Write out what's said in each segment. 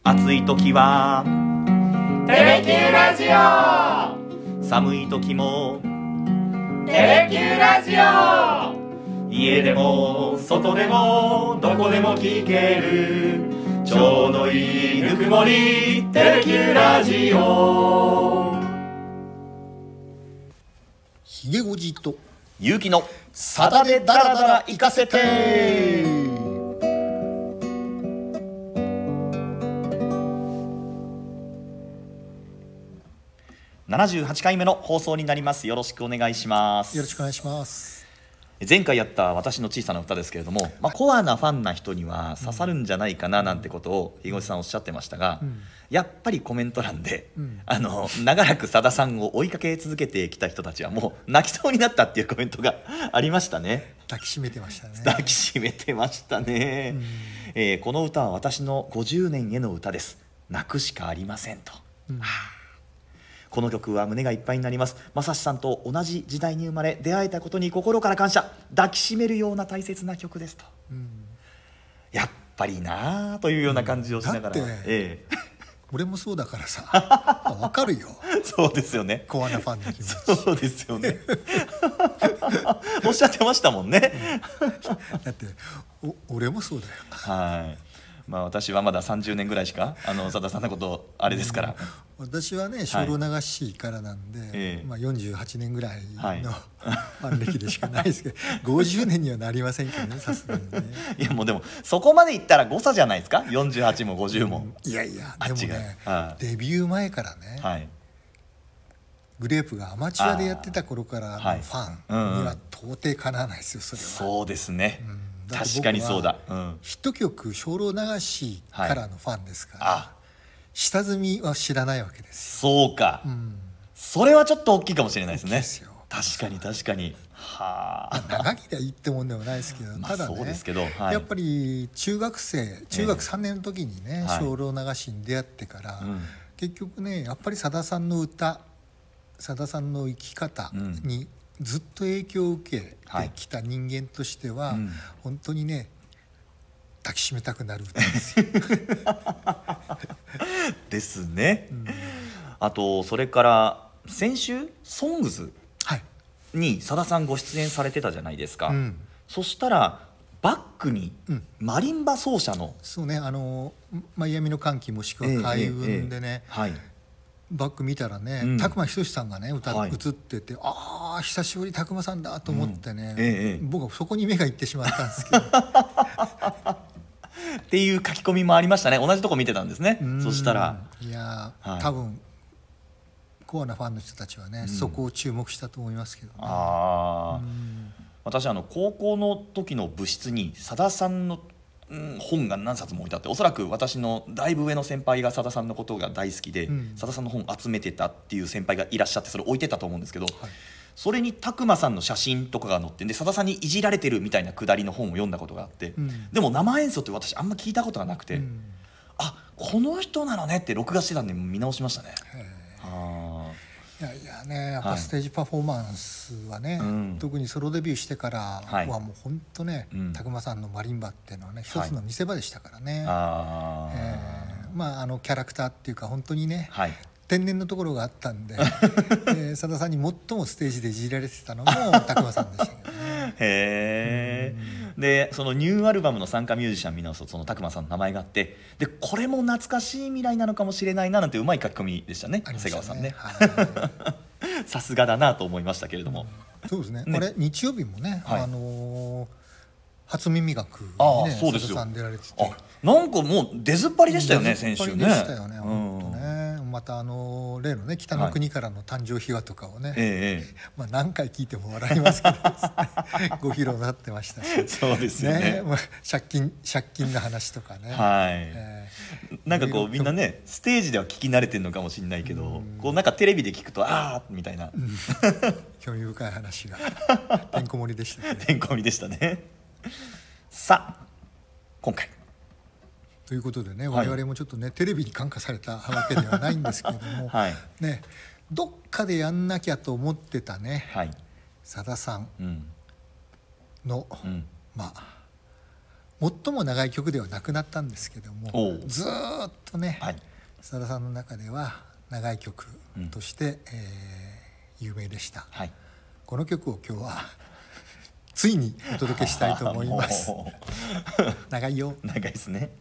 暑い時はテレキューラジオ、 寒い時もテレキューラジオ、 家でも外でもどこでも聞けるちょうどいいぬくもりテレキューラジオ。 ひげおじとゆうきのさだでダラダラ行かせて。 78回目の放送になります。よろしくお願いします。 よろしくお願いします。 前回やった私の小さな歌ですけれども、コアなファンな人には刺さるんじゃないかななんてことをひごじさんおっしゃってましたが、やっぱりコメント欄で、長らくさださんを追いかけ続けてきた人たちはもう泣きそうになったっていうコメントがありましたね。 抱きしめてましたね。 抱きしめてましたね。この歌は私の50年への歌です。泣くしかありませんと。この曲は胸がいっぱいになります。まさしさんと同じ時代に生まれ出会えたことに心から感謝、抱きしめるような大切な曲ですと、やっぱりなあというような感じをしながら、 だって俺もそうだからさ分かるよ。 そうですよね、 コアなファンの気持ち。 そうですよねおっしゃってましたもんねだって俺もそうだよ。 はい、私はまだ30年ぐらいしかさださんのことあれですから、 私はね精霊流しからなんで、48年ぐらいの、ファン歴でしかないですけど50年にはなりませんけどね、さすがにね。 いやもうでもそこまでいったら誤差じゃないですか、48も50も。 いやいやでもね、デビュー前からね、グレープがアマチュアでやってた頃からのファンには到底かなわないですよ、それは。 そうですね、確かにそうだ。 ヒット曲精霊流しからのファンですから、下積みは知らないわけですよ。そうか、それはちょっと大きいかもしれないですね。確かに確かに。 長きりゃいいってもんでもないですけど、ただね、やっぱり中学3年の時にね精霊流しに出会ってから、結局ねやっぱりさださんの歌、さださんの生き方にずっと影響を受けてきた人間としては、本当にね抱きしめたくなる歌ですよですね。あとそれから先週ソングズにさださんご出演されてたじゃないですか。そしたらバックにマリンバ奏者の、 そうね、マイアミの歓喜もしくは開運でね、バック見たらね、宅間仁さんがね映ってて、ああ久しぶり宅間さんだと思ってね、僕はそこに目がいってしまったんですけどっていう書き込みもありましたね。同じとこ見てたんですね。そしたらいや、多分コアなファンの人たちはね、そこを注目したと思いますけどね。 私高校の時の部室にさださんの本が何冊も置いてあって、おそらく私のだいぶ上の先輩がさださんのことが大好きで、さださんの本集めてたっていう先輩がいらっしゃって、それ置いてたと思うんですけど、それに拓磨さんの写真とかが載ってんで、さださんにいじられてるみたいなくだりの本を読んだことがあって、でも生演奏って私あんま聞いたことがなくて、この人なのねって録画してたんで見直しましたね。 いやね、やっぱステージパフォーマンスはね、特にソロデビューしてからはもう本当ね、拓磨さんのマリンバっていうのはね一つの見せ場でしたからね。キャラクターっていうか本当にね、天然のところがあったんでさださんに最もステージでいじられてたのも拓磨さんでしたけどね。 でそのニューアルバムの参加ミュージシャン見直すと、その拓磨さんの名前があって、でこれも懐かしい未来なのかもしれないななんてうまい書き込みでしたね、長谷川さんね。さすがだなと思いましたけれども。 そうですね、あれ日曜日もね、初耳学にねさださん出られてて、 なんかもう出ずっぱりでしたよね、先週ね。 出ずっぱりでしたよね、本当ね。また例のね北の国からの誕生秘話とかをね、何回聞いても笑いますけどご披露になってましたし。 そうですよね。 借金の話とかね。 なんかこうみんなねステージでは聞き慣れてるのかもしれないけど、こうなんかテレビで聞くとみたいな興味深い話がてんこ盛りでしたね。 てんこ盛りでしたね。さあ今回ということでね、我々もちょっとねテレビに感化されたわけではないんですけれども、ね、どっかでやんなきゃと思ってたね、さださんの、 最も長い曲ではなくなったんですけども、ずっとね、はい、さださんの中では長い曲として、有名でした、はい、この曲を今日はついにお届けしたいと思います長いよ。 長いですね。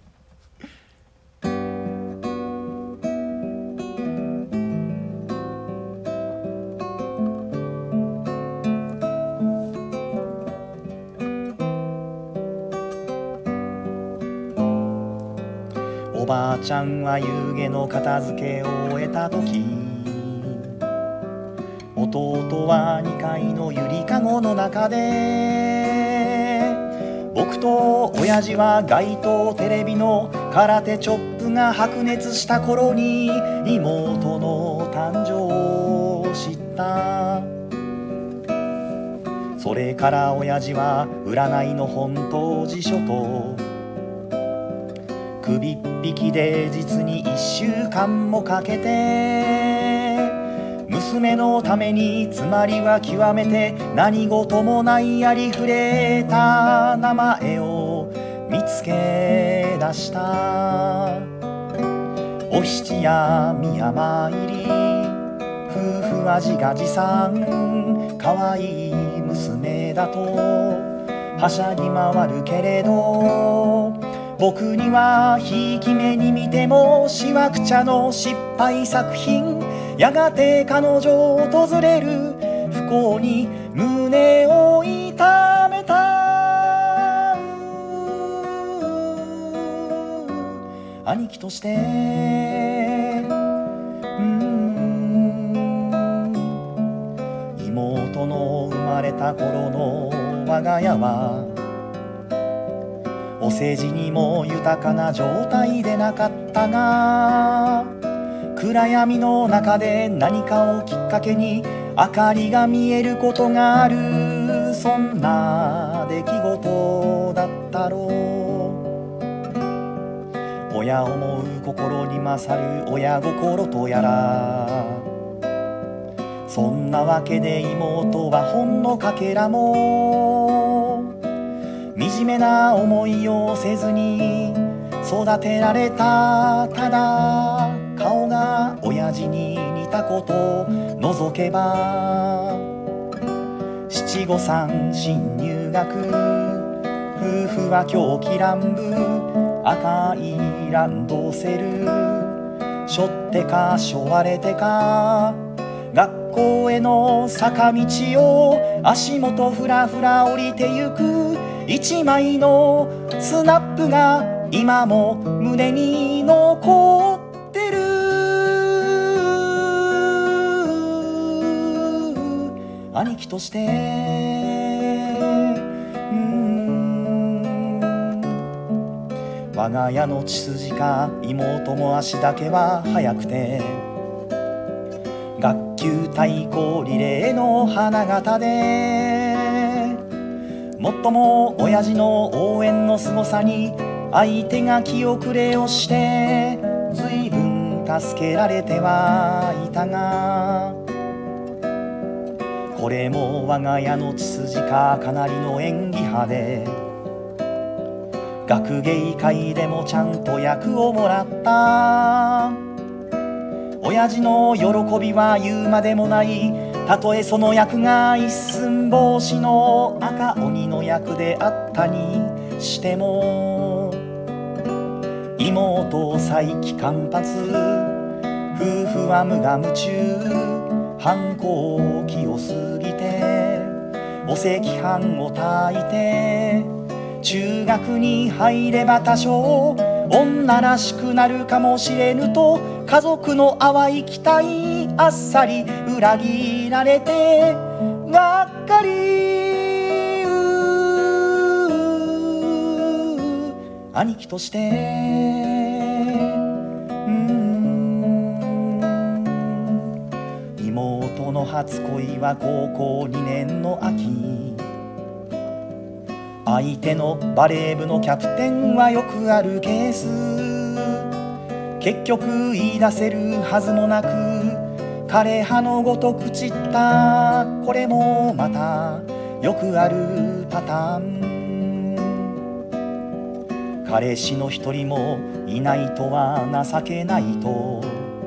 おばあちゃんは夕げの片付けを終えた時、弟は2階のゆりかごの中で、僕と親父は街頭テレビの空手チョップが白熱した頃に妹の誕生を知った。それから親父は占いの本と辞書と首っ引きで実に1週間もかけて、娘のためにつまりは極めて何事もないありふれた名前を見つけ出した。お七や宮参り、夫婦は自画自賛、可愛い娘だとはしゃぎ回るけれど、僕にはひいき目に見てもしわくちゃの失敗作品、やがて彼女を訪れる不幸に胸を痛めた。兄貴として妹の生まれた頃の我が家はお世辞にも豊かな状態でなかったが、暗闇の中で何かをきっかけに明かりが見えることがある、そんな出来事だったろう。親思う心に勝る親心とやら、そんなわけで妹はほんのかけらも惨めな思いをせずに育てられた。ただ顔が親父に似たことを除けば、七五三新入学、夫婦は狂気乱舞、赤いランドセル背負ってか背負われてか、学校への坂道を足元ふらふら降りてゆく一枚のスナップが今も胸に残ってる。兄貴として我が家の血筋か妹も足だけは速くて、学級対抗リレーの花形でもっとも親父の応援の凄さに相手が気遅れをして随分助けられてはいたが、これも我が家の血筋かかなりの演技派で、学芸会でもちゃんと役をもらった。親父の喜びは言うまでもない。たとえその役が一寸法師の赤鬼の役であったにしても、妹再起間髪、夫婦は無我夢中、反抗期を過ぎてお赤飯を炊いて、中学に入れば多少女らしくなるかもしれぬと家族の淡い期待あっさり裏切られてがっかり。兄貴として妹の初恋は高校2年の秋、相手のバレー部のキャプテンはよくあるケース、結局言い出せるはずもなく枯葉のごとく散った。これもまたよくあるパターン。 彼氏の一人もいないとは情けないと、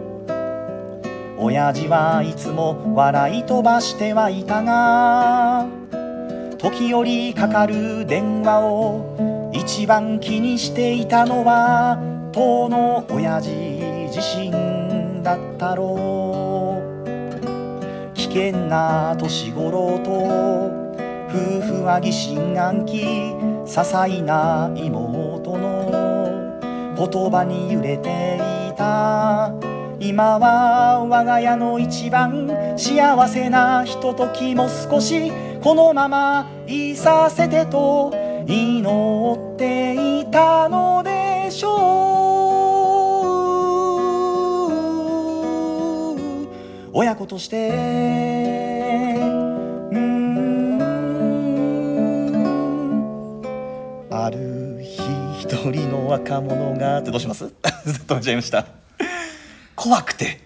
親父はいつも笑い飛ばしてはいたが、時折かかる電話を一番気にしていたのは当の親父自身だったろう。危険な年頃と夫婦は疑心暗鬼、些細な妹の言葉に揺れていた。今は我が家の一番幸せなひとときも少しこのままいさせてと祈っていたのでしょう。親子としてある日一人の若者がってどうします？止めちゃいました。怖くて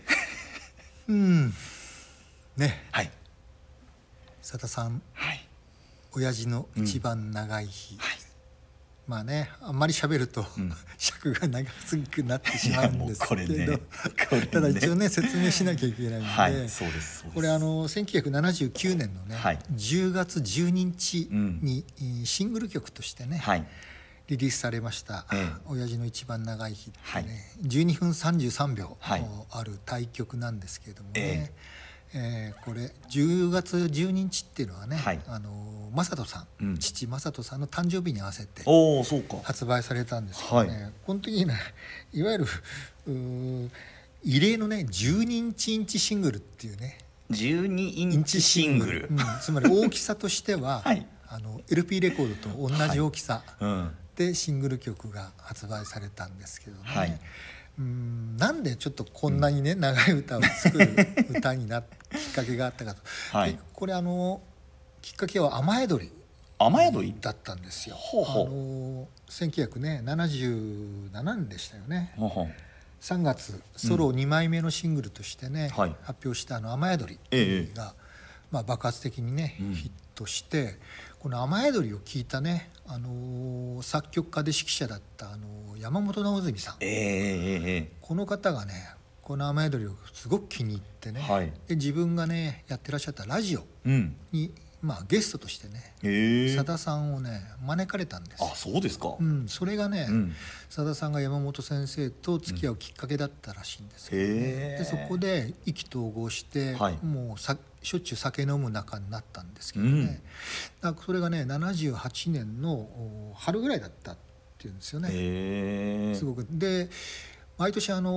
ね、 はい、 佐田さん、 はい、 親父の一番長い日、はい、まあね、あんまり喋ると、尺が長くなってしまうんですけど、ただ一応ね説明しなきゃいけないので、 はい、そうですこれ1979年のね、はい、10月12日にシングル曲としてね、はい、リリースされました「親父の一番長い日」ってね、12分33秒ある大曲なんですけれどもね、これ10月12日っていうのはね、正人さん、父正人さんの誕生日に合わせて発売されたんですけどね、この時にね、いわゆる異例のね12インチシングルっていうね、 12インチシングル、 つまり大きさとしては、LP レコードと同じ大きさでシングル曲が発売されたんですけどね、なんでちょっとこんなにね、長い歌を作る歌になったきっかけがあったかと、でこれきっかけは雨宿りだったんですよ。1977年でしたよね。3月ソロ2枚目のシングルとしてね、発表した雨宿りが、爆発的にね、ヒットして、この雨宿りを聞いたね、作曲家で指揮者だった山本直純さん、この方がねこの雨宿りをすごく気に入ってね、で自分がねやってらっしゃったラジオに、ゲストとしてねさださんをね招かれたんですよ。 あ、そうですか。 それがねさださんが山本先生と付き合うきっかけだったらしいんですけどね、でそこで意気投合して、もうしょっちゅう酒飲む仲になったんですけどね、だからそれがね78年の春ぐらいだったっていうんですよね。すごくで毎年山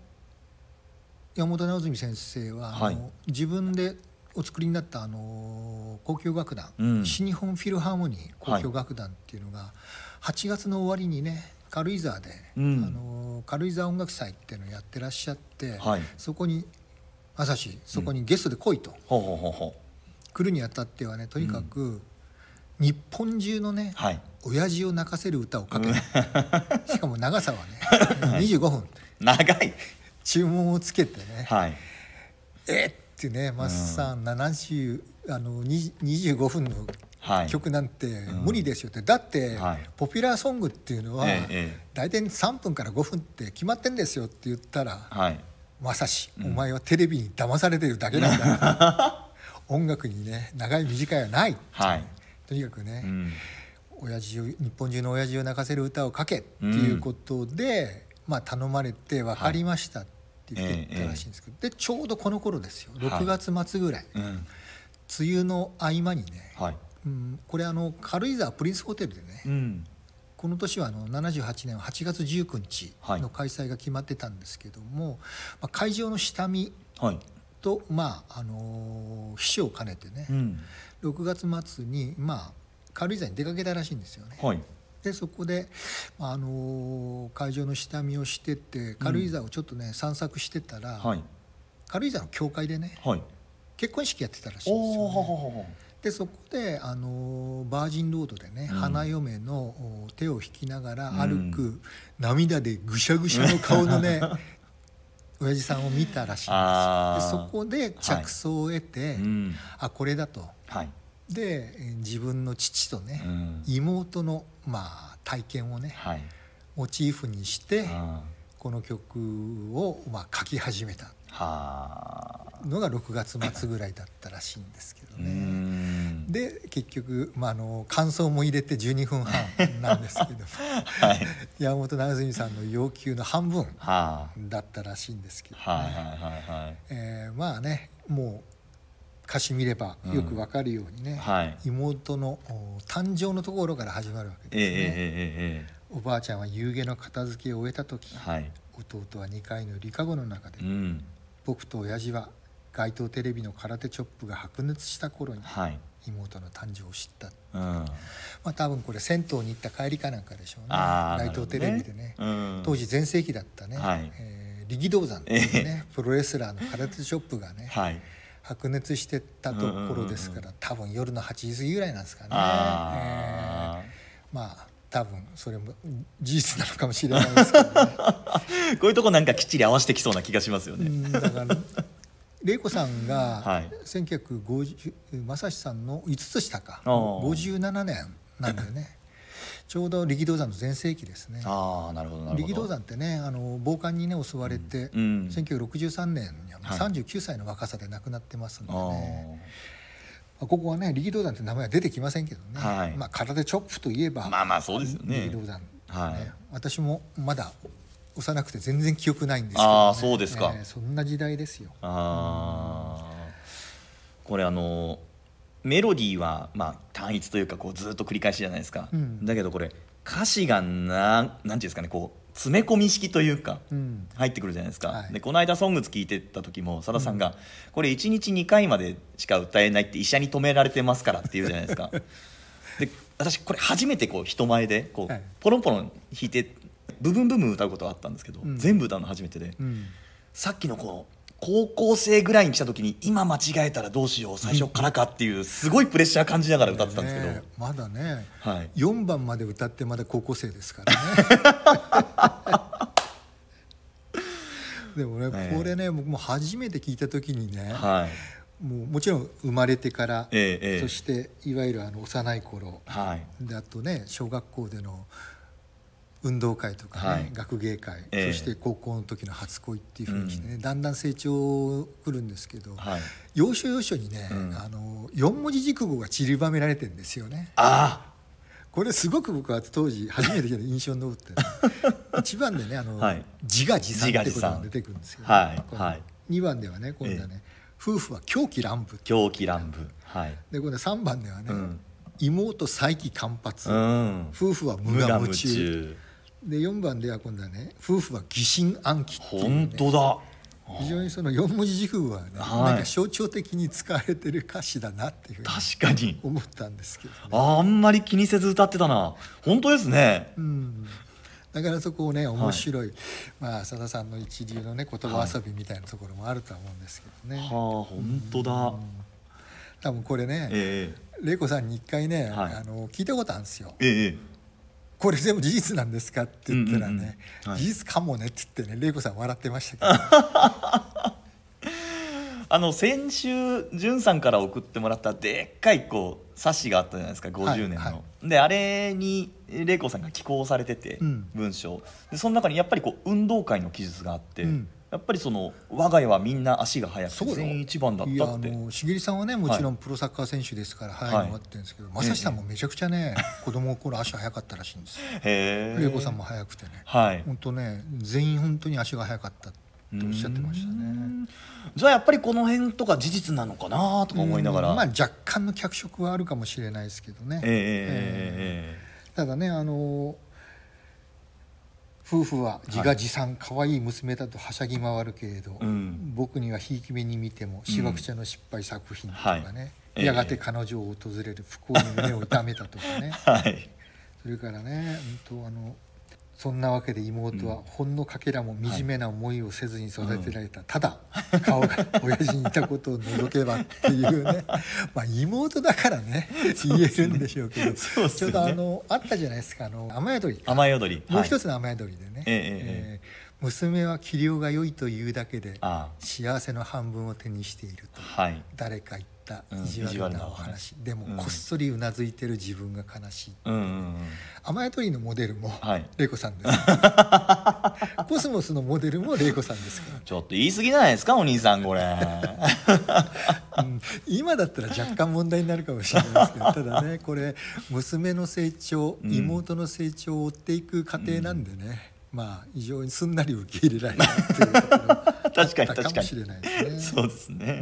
本直純先生は自分でお作りになった交響楽団、新日本フィルハーモニー交響楽団っていうのが8月の終わりにね軽井沢で、軽井沢音楽祭っていうのをやってらっしゃって、そこにそこにゲストで来いと、来るにあたってはね、とにかく日本中のね、親父を泣かせる歌をかける、しかも長さはね25分長い注文をつけてね、ってね、マスさん25分の曲なんて無理ですよって、だってポピュラーソングっていうのは大体3分から5分って決まってんですよって言ったら、まさしお前はテレビに騙されてるだけなんだ音楽にね長い短いはない、とにかくね、日本中の親父を泣かせる歌を書けっていうことで、頼まれて分かりましたって言ってたらしいんですけど、でちょうどこの頃ですよ、6月末ぐらい、梅雨の合間にね、これ軽井沢プリンスホテルでね、この年は78年8月19日の開催が決まってたんですけども、会場の下見と、秘書を兼ねてね、6月末に軽井沢に出かけたらしいんですよね。でそこで、会場の下見をしてって軽井沢をちょっとね散策してたら、軽井沢の教会でね、結婚式やってたらしいんですよね。でそこでバージンロードでね、花嫁の手を引きながら歩く、涙でぐしゃぐしゃの顔のね親父さんを見たらしいんですよ。でそこで着想を得て、これだと。で自分の父とね、妹の体験をね、 モチーフにしてこの曲を書き始めたのが6月末ぐらいだったらしいんですけどね。で結局、感想も入れて12分半なんですけどはい、山本直純さんの要求の半分だったらしいんですけどね。まあね、もう歌詞見ればよくわかるようにね、妹の誕生のところから始まるわけですね。おばあちゃんは夕げの片付けを終えた時、弟は2階の理科後の中で、僕と親父は街頭テレビの空手チョップが白熱した頃に妹の誕生を知った、多分これ銭湯に行った帰りかなんかでしょうね。街頭テレビでね、当時全盛期だったね、力道山っていうねプロレスラーの空手チョップがね、白熱してたところですから、多分夜の8時過ぎぐらいなんですかね。多分それも事実なのかもしれないですけどねこういうとこなんかきっちり合わせてきそうな気がしますよね。 だから玲子さんが1950正志さんの5つ下か57年なんだよねちょうど力道山の全盛期ですね。なるほど。力道山ってね、暴漢にね襲われて、1963年には39歳の若さで亡くなってますのでね、ここはね力道山って名前は出てきませんけどね、空手チョップといえばそうですよね、 力道山、私もまだ幼くて全然記憶ないんですけど、 そうですか。 そんな時代ですよ。 これメロディーは単一というかずっと繰り返しじゃないですか、だけどこれ歌詞がなんていうんですかね、詰め込み式というか入ってくるじゃないですか、でこの間「ソングス」聴いてた時もさださんが、これ1日2回までしか歌えないって医者に止められてますからって言うじゃないですかで私これ初めて人前でポロンポロン弾いて部分歌うことはあったんですけど、全部歌うの初めてで、さっきの高校生ぐらいに来た時に今間違えたらどうしよう最初からかっていうすごいプレッシャー感じながら歌ってたんですけど、 まだね、4番まで歌ってまだ高校生ですからねでもねこれね僕も初めて聞いた時にね、もちろん生まれてから、そしていわゆる幼い頃、であとね小学校での運動会とかね、学芸会、そして高校の時の初恋っていうふうにしてね、だんだん成長くるんですけど、要所要所にね、4文字熟語が散りばめられてるんですよね。これすごく僕は当時初めて聞いた印象に残って1番でね自画自賛ってことが出てくるんですけど、2番ではね今度はね、夫婦は狂気乱舞、で今度は3番ではね、妹再起間髪、夫婦は無我夢中で、4番では今度はね夫婦は疑心暗鬼っていうね、 本当だ、 非常にその4文字熟語はね、なんか象徴的に使われてる歌詞だなっていうふうに思ったんですけど、ね、 あんまり気にせず歌ってたな。本当ですね、 だからそこをね面白い、さださんの一流のね言葉遊びみたいなところもあるとは思うんですけどね。 本当だ。 多分これね、玲子さんに一回ね、聞いたことあるんですよ。これ全部事実なんですかって言ったらね、事実かもねって言ってね玲子さん笑ってましたけど先週潤さんから送ってもらったでっかい冊子があったじゃないですか、50年の、であれに玲子さんが寄稿されてて、文章でその中にやっぱり運動会の記述があって、やっぱり我が家はみんな足が速くて全員一番だったって。 茂さんはねもちろんプロサッカー選手ですから速いのがあってるんですけど、正志さんもめちゃくちゃね子供の頃足速かったらしいんですよ。玲子さんも速くてね、本当ね全員本当に足が速かったっておっしゃってましたね。 じゃあやっぱりこの辺とか事実なのかなとか思いながら、 若干の脚色はあるかもしれないですけどね。ただね夫婦は自画自賛可愛い娘だとはしゃぎ回るけれど、僕にはひいき目に見てもしわくちゃの失敗作品とかね、やがて彼女を訪れる不幸に胸を痛めたとかね、それからねそんなわけで妹はほんのかけらも惨めな思いをせずに育てられた、ただ顔が親父にいたことを除けばっていうね妹だからね言えるんでしょうけど、ちょうどあったじゃないですか雨宿り、もう一つの雨宿りでね、娘は器量が良いというだけで幸せの半分を手にしていると誰か言っった意地悪なお話、でもこっそりうなずいてる自分が悲しい、雨宿りのモデルも玲子さんです、コスモスのモデルも玲子さんですから。 ちょっと言い過ぎじゃないですかお兄さんこれ、 今だったら若干問題になるかもしれないですけど、ただねこれ娘の成長、妹の成長を追っていく過程なんでね、まあ非常にすんなり受け入れられないっていうところ確かにかもしれないですね。 そうですね。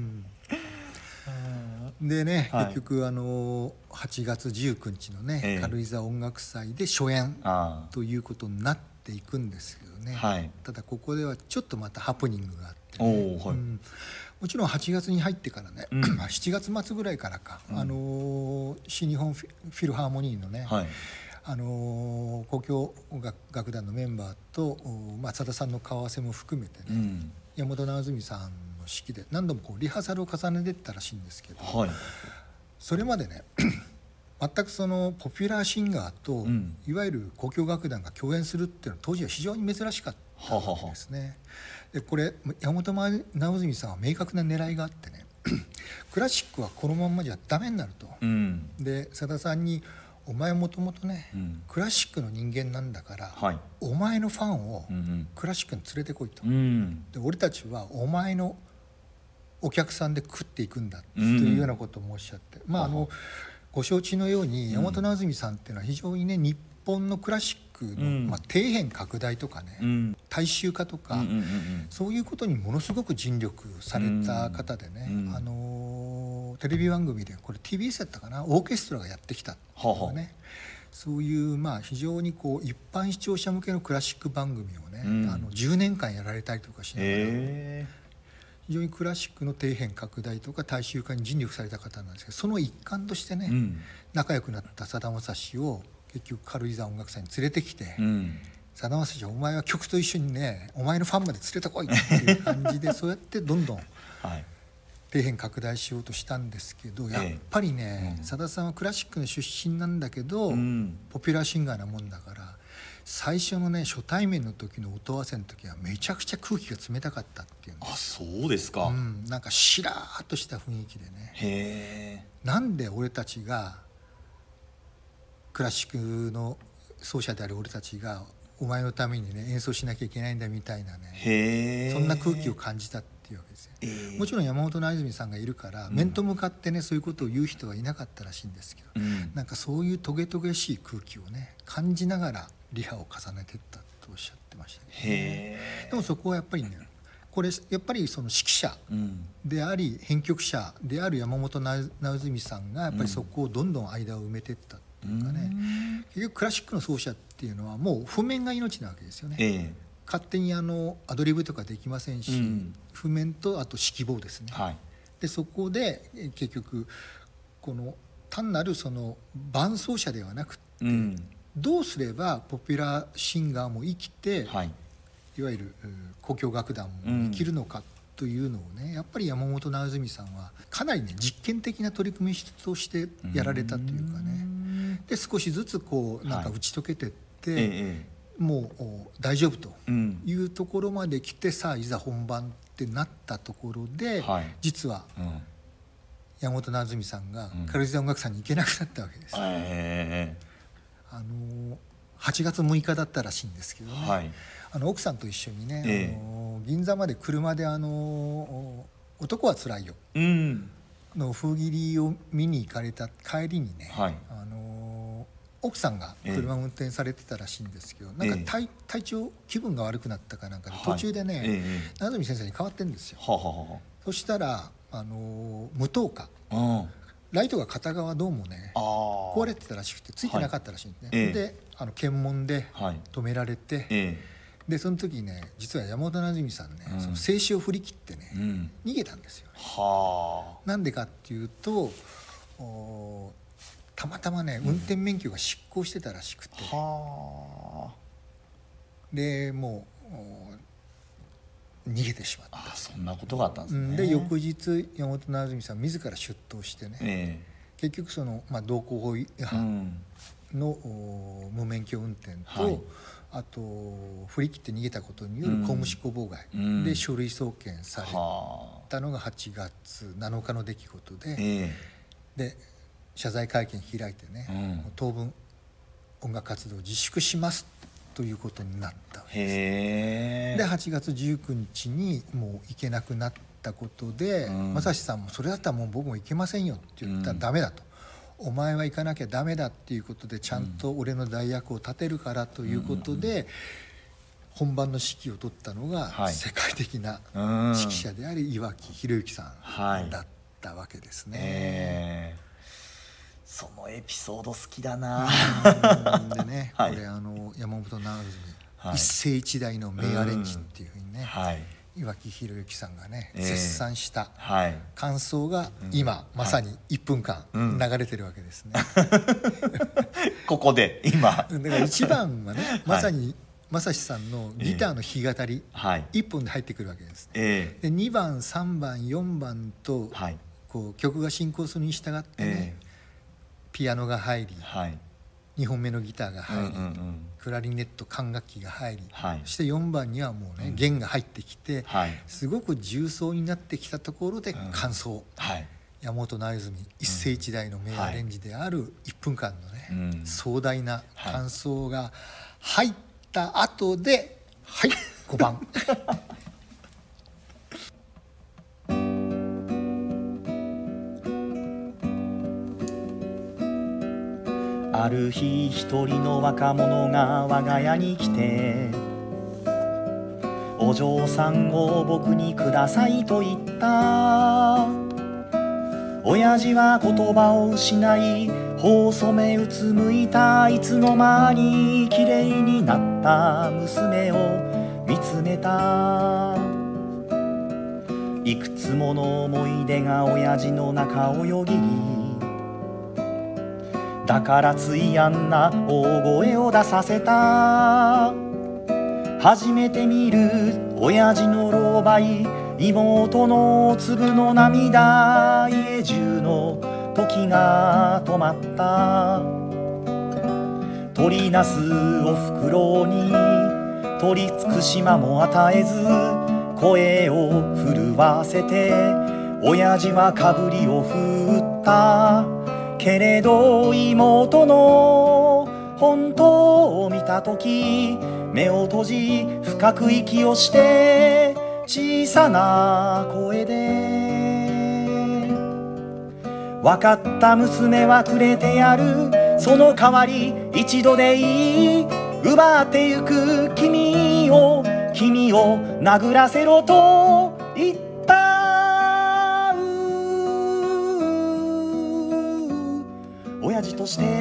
でね、結局8月19日のね、軽井沢音楽祭で初演ということになっていくんですけどね、ただここではちょっとまたハプニングがあってね、もちろん8月に入ってからね、7月末ぐらいからか、新日本フィルハーモニーのね、交響楽団のメンバーとさださんの顔合わせも含めてね、山本直純さんの指揮で何度もこうリハーサルを重ねていったらしいんですけど、それまでね全くそのポピュラーシンガーと、いわゆる交響楽団が共演するっていうのは当時は非常に珍しかったわけですね。でこれ山本直純さんは明確な狙いがあってねクラシックはこのまんまじゃダメになると、でさださんにお前もともとね、クラシックの人間なんだから、お前のファンをクラシックに連れてこいと、で俺たちはお前のお客さんで食っていくんだというようなこともおっしゃって、ご承知のように山本直純さんっていうのは非常にね日本のクラシックの、底辺拡大とかね、大衆化とか、そういうことにものすごく尽力された方でね、テレビ番組でこれ TBS だったかな、オーケストラがやってきたとかね、そういう非常にこう一般視聴者向けのクラシック番組をね、10年間やられたりとかしながら、非常にクラシックの底辺拡大とか大衆化に尽力された方なんですけど、その一環としてね、仲良くなったさだまさしを結局軽井沢音楽祭に連れてきて、さだまさしお前は曲と一緒にねお前のファンまで連れてこいっていう感じでそうやってどんどん底辺拡大しようとしたんですけど、やっぱりねさださんはクラシックの出身なんだけど、ポピュラーシンガーなもんだから最初のね初対面の時の音合わせの時はめちゃくちゃ空気が冷たかったっていうんです。 あ、そうですか。 なんかしらーっとした雰囲気でね、なんで俺たちがクラシックの奏者である俺たちがお前のためにね演奏しなきゃいけないんだみたいなね、そんな空気を感じたっていうわけですよ。もちろん山本直純さんがいるから面と向かってねそういうことを言う人はいなかったらしいんですけど、なんかそういうトゲトゲしい空気をね感じながらリハを重ねていったとおっしゃってましたね。でもそこはやっぱりねこれやっぱりその指揮者であり編曲者である山本直純さんがやっぱりそこをどんどん間を埋めていったっていうかね、結局クラシックの奏者っていうのはもう譜面が命なわけですよね。勝手にアドリブとかできませんし、譜面とあと指揮棒ですね、でそこで結局この単なるその伴奏者ではなくて、どうすればポピュラーシンガーも生きて、いわゆる交響楽団も生きるのかというのをね、やっぱり山本直純さんはかなりね実験的な取り組みとしてやられたというかね、で少しずつこうなんか打ち解けてって、もう大丈夫というところまで来て、さあいざ本番ってなったところで、実は山本直純さんが軽井沢音楽祭に行けなくなったわけです。8月6日だったらしいんですけどね、奥さんと一緒にね、銀座まで車で男はつらいよの封切りを見に行かれた帰りにね、奥さんが車を運転されてたらしいんですけど、なんか体調気分が悪くなったかなんかで途中でね、直純先生に変わってんですよ。そしたら無灯火、ライトが片側どうもね壊れてたらしくてついてなかったらしいんですね。で検問で止められて、でその時にね実は山本直純さんね、その静止を振り切ってね、逃げたんですよね。なんでかっていうとたまたまね運転免許が失効してたらしくて、でもう逃げてしまった。 そんなことがあったんですね。 で翌日山本直純さん自ら出頭してね、結局その道交法違反の無免許運転と、はい、あと振り切って逃げたことによる公務執行妨害で書類送検されたのが8月7日の出来事で、で謝罪会見開いてね、当分音楽活動を自粛しますということになったわけです。で8月19日にもう行けなくなったことで、正志さんもそれだったらもう僕も行けませんよって言ったらダメだと、お前は行かなきゃダメだっていうことでちゃんと俺の代役を立てるからということで、本番の指揮を取ったのが世界的な指揮者であり岩城宏之さんだったわけですね。 そのエピソード好きだな。 でね、これ山本直純一世一代の名アレンジっていうふうにね、岩城宏之さんがね絶賛した感想が今まさに1分間流れてるわけですね。 ここで今だから1番はねまさに正志さんのギターの弾き語り1本で入ってくるわけです。で2番3番4番とこう曲が進行するに従ってね、ピアノが入り、2本目のギターが入り、クラリネット管楽器が入り、そして4番にはもうね弦が入ってきて、すごく重層になってきたところで間奏、山本直純一世一代の名アレンジである1分間のね、壮大な間奏が入った後で、はい5番ある日一人の若者が我が家に来て、お嬢さんを僕にくださいと言った。親父は言葉を失い、頬染めうつむいた。いつの間に綺麗になった娘を見つめた。いくつもの思い出が親父の中をよぎり、だからついあんな大声を出させた。初めて見る親父の狼狽、妹の粒の涙、家中の時が止まった。取りなすおふくろに取りつく島も与えず、声を震わせて親父はかぶりを振った。けれど妹の本当を見たとき、目を閉じ深く息をして小さな声で、分かった娘はくれてやる、その代わり一度でいい、奪ってゆく君を殴らせろと言った。親父として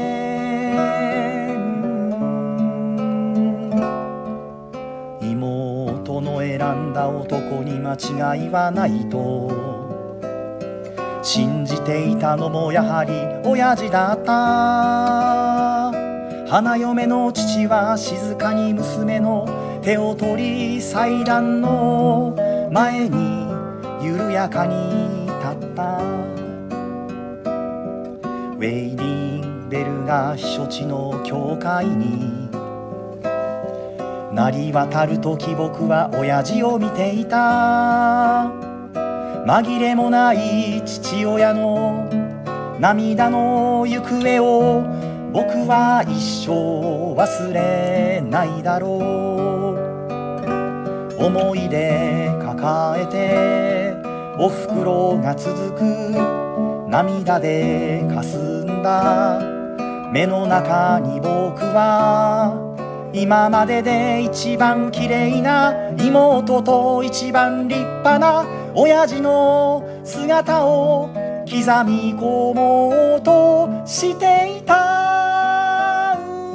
妹の選んだ男に間違いはないと信じていたのもやはり親父だった。花嫁の父は静かに娘の手を取り、祭壇の前に緩やかに立った。ウェイリンベルが避暑地の教会に鳴り渡るとき、僕は親父を見ていた。紛れもない父親の涙の行方を僕は一生忘れないだろう。思い出抱えておふくろが続く、涙でかすんだ目の中に僕は今までで一番綺麗な妹と一番立派な親父の姿を刻み込もうとしていた。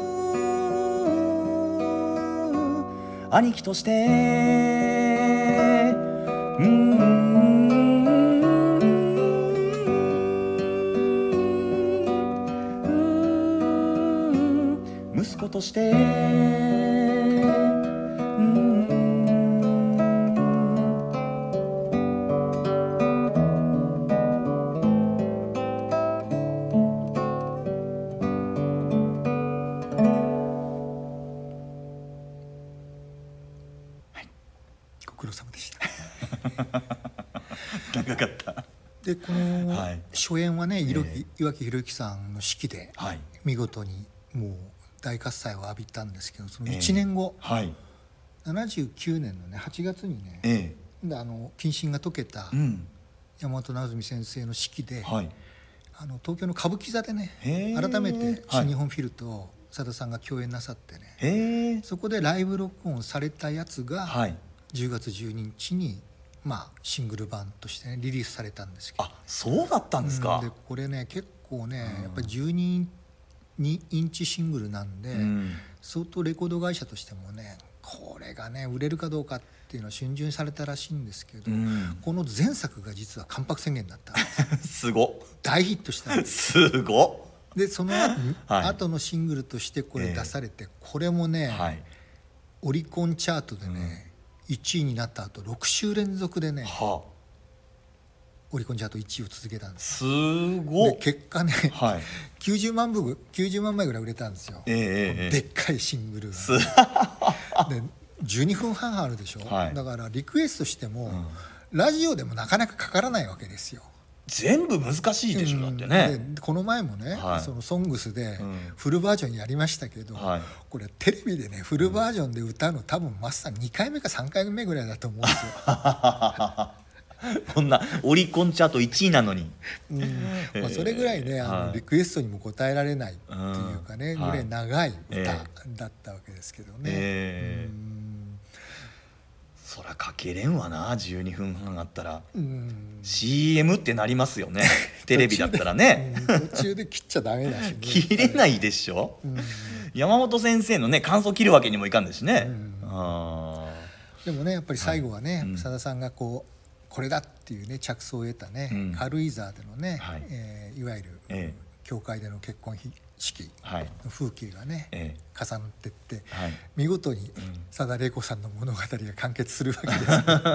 兄貴として息子としてご苦労様でした長かったでこの初演はね、岩城宏之さんの指揮で見事にもう大喝采を浴びたんですけど、その1年後、79年のね8月にね、謹慎が解けた山本直純先生の指揮で、東京の歌舞伎座でね改めて新日本フィルとさださんが共演なさってね、そこでライブ録音されたやつが10月12日にシングル版として、ね、リリースされたんですけど、 あ、そうだったんですか。 でこれね結構ね、やっぱり12インチシングルなんで、相当レコード会社としてもねこれがね売れるかどうかっていうのは逡巡されたらしいんですけど、この前作が実は関白宣言だったんですすご大ヒットしたんです。 すごでその後のシングルとしてこれ出されて、これもね、オリコンチャートでね、1位になった後6週連続でね、オリコンチャート1位を続けたんです。 すごい。 で結果ね、90万枚ぐらい売れたんですよ、でっかいシングルが、で12分半あるでしょ、だからリクエストしても、ラジオでもなかなかかからないわけですよ。 全部難しいでしょ、だってね。 でこの前もね、そのソングスでフルバージョンやりましたけど、これテレビでねフルバージョンで歌うの多分マスター2回目か3回目ぐらいだと思うんですよこんなオリコンチャート1位なのに、 それぐらいねリクエストにも応えられないっていうかね、ぐらい長い歌だったわけですけどね。 そらかけれんわな、12分半あったら。CM ってなりますよねテレビだったらね途中で切っちゃダメだしね切れないでしょ、山本先生のね感想切るわけにもいかんですしね。 でもねやっぱり最後はね、さださんがこれだっていうね着想を得たね、軽井沢でのね、いわゆる教会での結婚式の風景がね、重なってって、見事に佐田玲子さんの物語が完結するわけです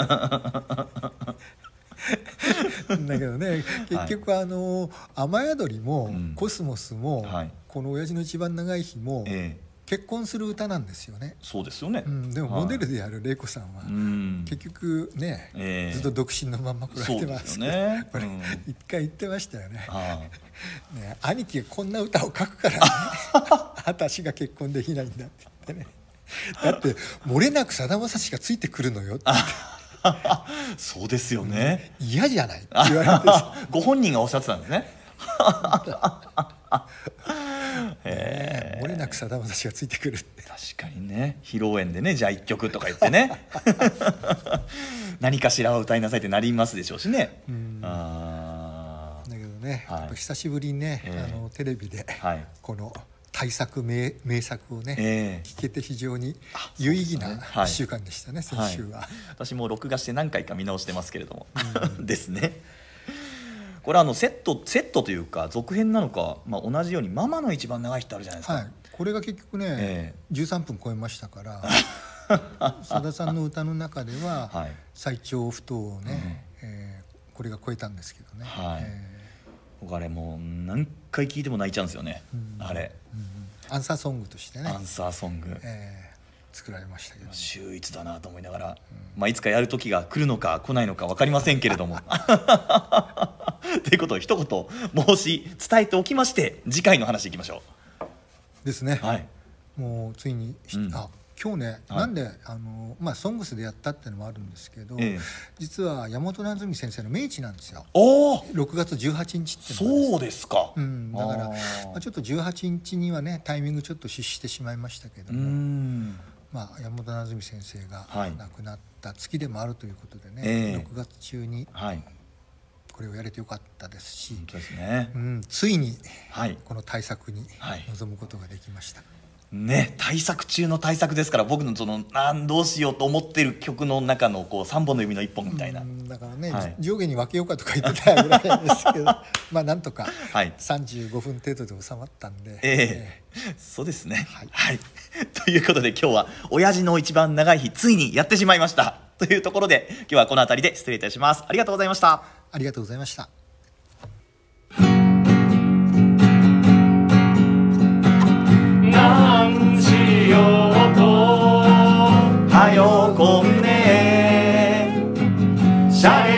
だけどね結局雨宿りも、コスモスも、この親父の一番長い日も、結婚する歌なんですよね。 そうですよね、 でもモデルである玲子さんは、結局ね、ずっと独身のまんま来られてますけど、これ一回言ってましたよねね、兄貴がこんな歌を書くからね私が結婚できないんだって言ってね、だって漏れなくさだまさしがついてくるのよってそうですよね、 嫌じゃないって言われてご本人がおっしゃってたんですね漏れなくさだまさしがついてくるって。 確かにね、披露宴でねじゃあ1曲とか言ってね何かしらを歌いなさいってなりますでしょうしね。 だけどね、やっぱ久しぶりにね、テレビでこの大作 名作をね、聞けて非常に有意義な1週間でしたね、先週は。 私も録画して何回か見直してますけれどもですね。これセットというか続編なのか、同じようにママの一番長い日ってあるじゃないですか、 これが結局ね、13分超えましたからさださんの歌の中では、最長不倒をね、これが超えたんですけどね、 僕あれもう何回聴いても泣いちゃうんですよね、あれ、 アンサーソングとしてね、 アンサーソング、 作られましたけど、 秀逸だなと思いながら、いつかやる時が来るのか来ないのか分かりませんけれどもということを一言申し伝えておきまして、次回の話いきましょうですね。もうついに、今日ね、なんでソングスでやったっていうのもあるんですけど、実は山本直純先生の命日なんですよ。6月18日ってのは。 そうですか。 だからちょっと18日にはねタイミングちょっと失してしまいましたけども、山本直純先生が亡くなった月でもあるということでね、6月中にこれをやれてよかったですし、ついにこの大作に臨むことができましたね。大作中の大作ですから、僕のどうしようと思ってる曲の中の3本の指の1本みたいな、 だからね、上下に分けようかとか言ってたぐらいですけどなんとか35分程度で収まったんで、 そうですね。ということで今日は親父の一番長い日ついにやってしまいましたというところで、今日はこの辺りで失礼いたします。ありがとうございました。 ありがとうございました。 なんしようとはよこんねしゃべ